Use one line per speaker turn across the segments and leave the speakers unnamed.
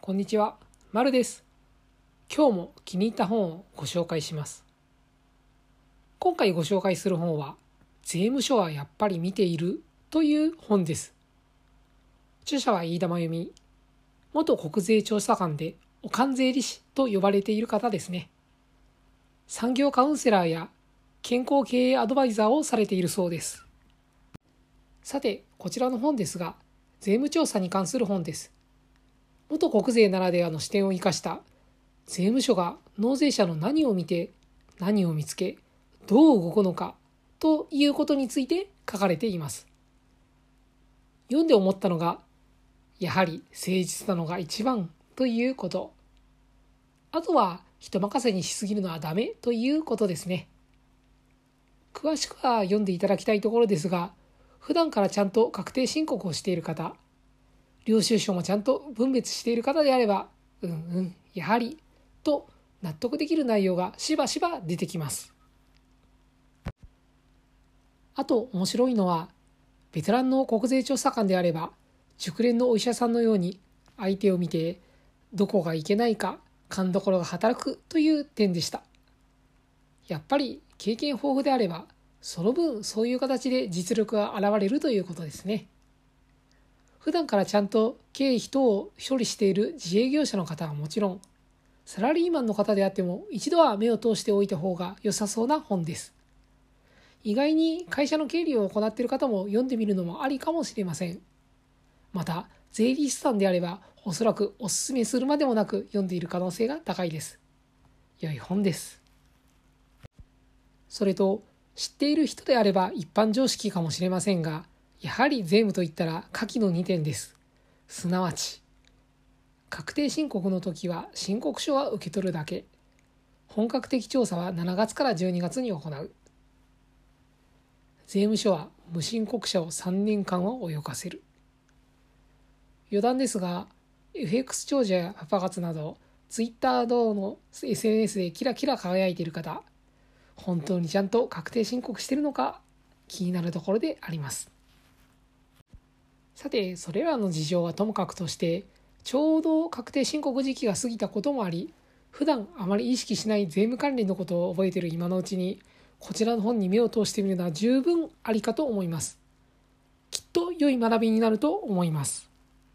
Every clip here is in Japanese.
こんにちは、まるです。今日も気に入った本をご紹介します。今回ご紹介する本は、税務署はやっぱり見ているという本です。著者は飯田真由美、元国税調査官でお官税理士と呼ばれている方ですね。産業カウンセラーや健康経営アドバイザーをされているそうです。さて、こちらの本ですが、税務調査に関する本です。元国税ならではの視点を生かした税務署が納税者の何を見て何を見つけどう動くのかということについて書かれています。読んで思ったのがやはり誠実なのが一番ということ、あとは人任せにしすぎるのはダメということですね。詳しくは読んでいただきたいところですが、普段からちゃんと確定申告をしている方、領収書もちゃんと分別している方であれば、やはりと納得できる内容がしばしば出てきます。あと面白いのは、ベテランの国税調査官であれば、熟練のお医者さんのように相手を見てどこがいけないか勘どころが働くという点でした。やっぱり経験豊富であれば、その分そういう形で実力が現れるということですね。普段からちゃんと経費等を処理している自営業者の方はもちろん、サラリーマンの方であっても一度は目を通しておいた方が良さそうな本です。意外に会社の経理を行っている方も読んでみるのもありかもしれません。また、税理士さんであれば、おそらくお勧めするまでもなく読んでいる可能性が高いです。良い本です。それと、知っている人であれば一般常識かもしれませんが、やはり税務といったら下記の2点です。すなわち、確定申告の時は申告書は受け取るだけ。本格的調査は7月から12月に行う。税務署は無申告者を3年間は泳がせる。余談ですが、FX 長者やパパ活など、Twitter 等の SNS でキラキラ輝いている方、本当にちゃんと確定申告しているのか気になるところであります。さて、それらの事情はともかくとして、ちょうど確定申告時期が過ぎたこともあり、普段あまり意識しない税務関連のことを覚えている今のうちに、こちらの本に目を通してみるのは十分ありかと思います。きっと良い学びになると思います。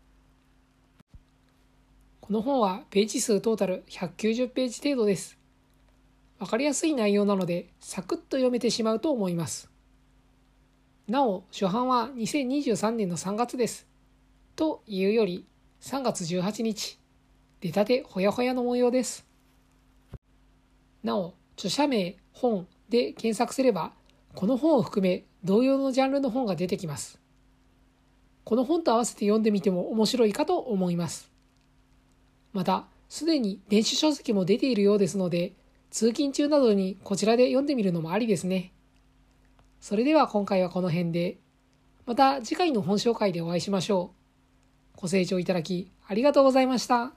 この本はページ数トータル190ページ程度です。わかりやすい内容なので、サクッと読めてしまうと思います。なお、初版は2023年の3月です。というより、3月18日、出たてほやほやの模様です。なお、著者名、本で検索すれば、この本を含め同様のジャンルの本が出てきます。この本と合わせて読んでみても面白いかと思います。また、すでに電子書籍も出ているようですので、通勤中などにこちらで読んでみるのもありですね。それでは今回はこの辺で、また次回の本紹介でお会いしましょう。ご清聴いただきありがとうございました。